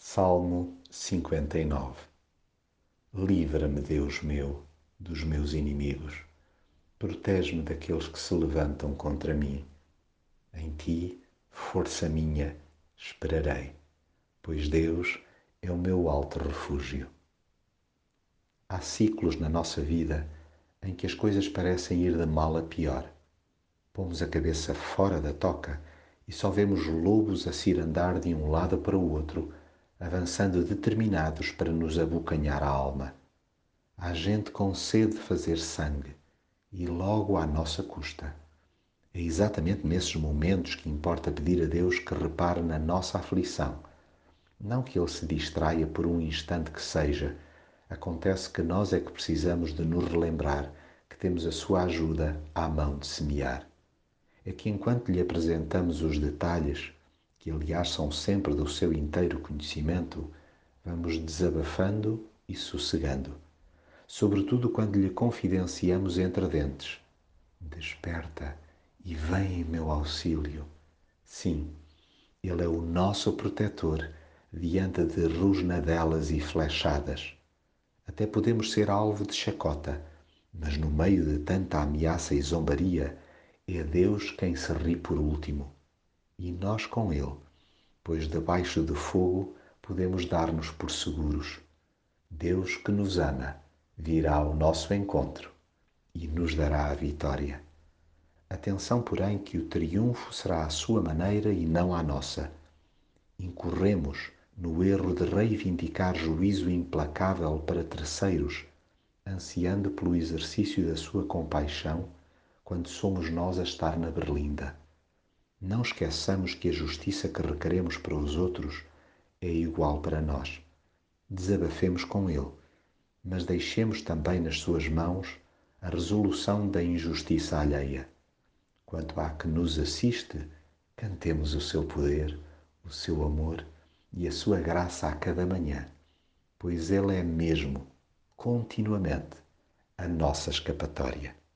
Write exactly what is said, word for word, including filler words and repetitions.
Salmo cinquenta e nove. Livra-me, Deus meu, dos meus inimigos. Protege-me daqueles que se levantam contra mim. Em ti, força minha, esperarei, pois Deus é o meu alto refúgio. Há ciclos na nossa vida em que as coisas parecem ir de mal a pior. Pomos a cabeça fora da toca e só vemos lobos a cirandar de um lado para o outro, avançando determinados para nos abocanhar a alma. Há gente com sede de fazer sangue e logo à nossa custa. É exatamente nesses momentos que importa pedir a Deus que repare na nossa aflição. Não que Ele se distraia por um instante que seja. Acontece que nós é que precisamos de nos relembrar que temos a sua ajuda à mão de semear. É que enquanto lhe apresentamos os detalhes, que aliás são sempre do seu inteiro conhecimento, vamos desabafando e sossegando. Sobretudo quando lhe confidenciamos entre dentes. Desperta e vem em meu auxílio. Sim, Ele é o nosso protetor diante de rosnadelas e flechadas. Até podemos ser alvo de chacota, mas no meio de tanta ameaça e zombaria, é Deus quem se ri por último, e nós com Ele, pois debaixo do fogo podemos dar-nos por seguros. Deus que nos ama virá ao nosso encontro e nos dará a vitória. Atenção, porém, que o triunfo será à sua maneira e não à nossa. Incorremos no erro de reivindicar juízo implacável para terceiros, ansiando pelo exercício da sua compaixão, quando somos nós a estar na berlinda. Não esqueçamos que a justiça que requeremos para os outros é igual para nós. Desabafemos com Ele, mas deixemos também nas suas mãos a resolução da injustiça alheia. Quanto à que nos assiste, cantemos o seu poder, o seu amor e a sua graça a cada manhã, pois Ele é mesmo, continuamente, a nossa escapatória.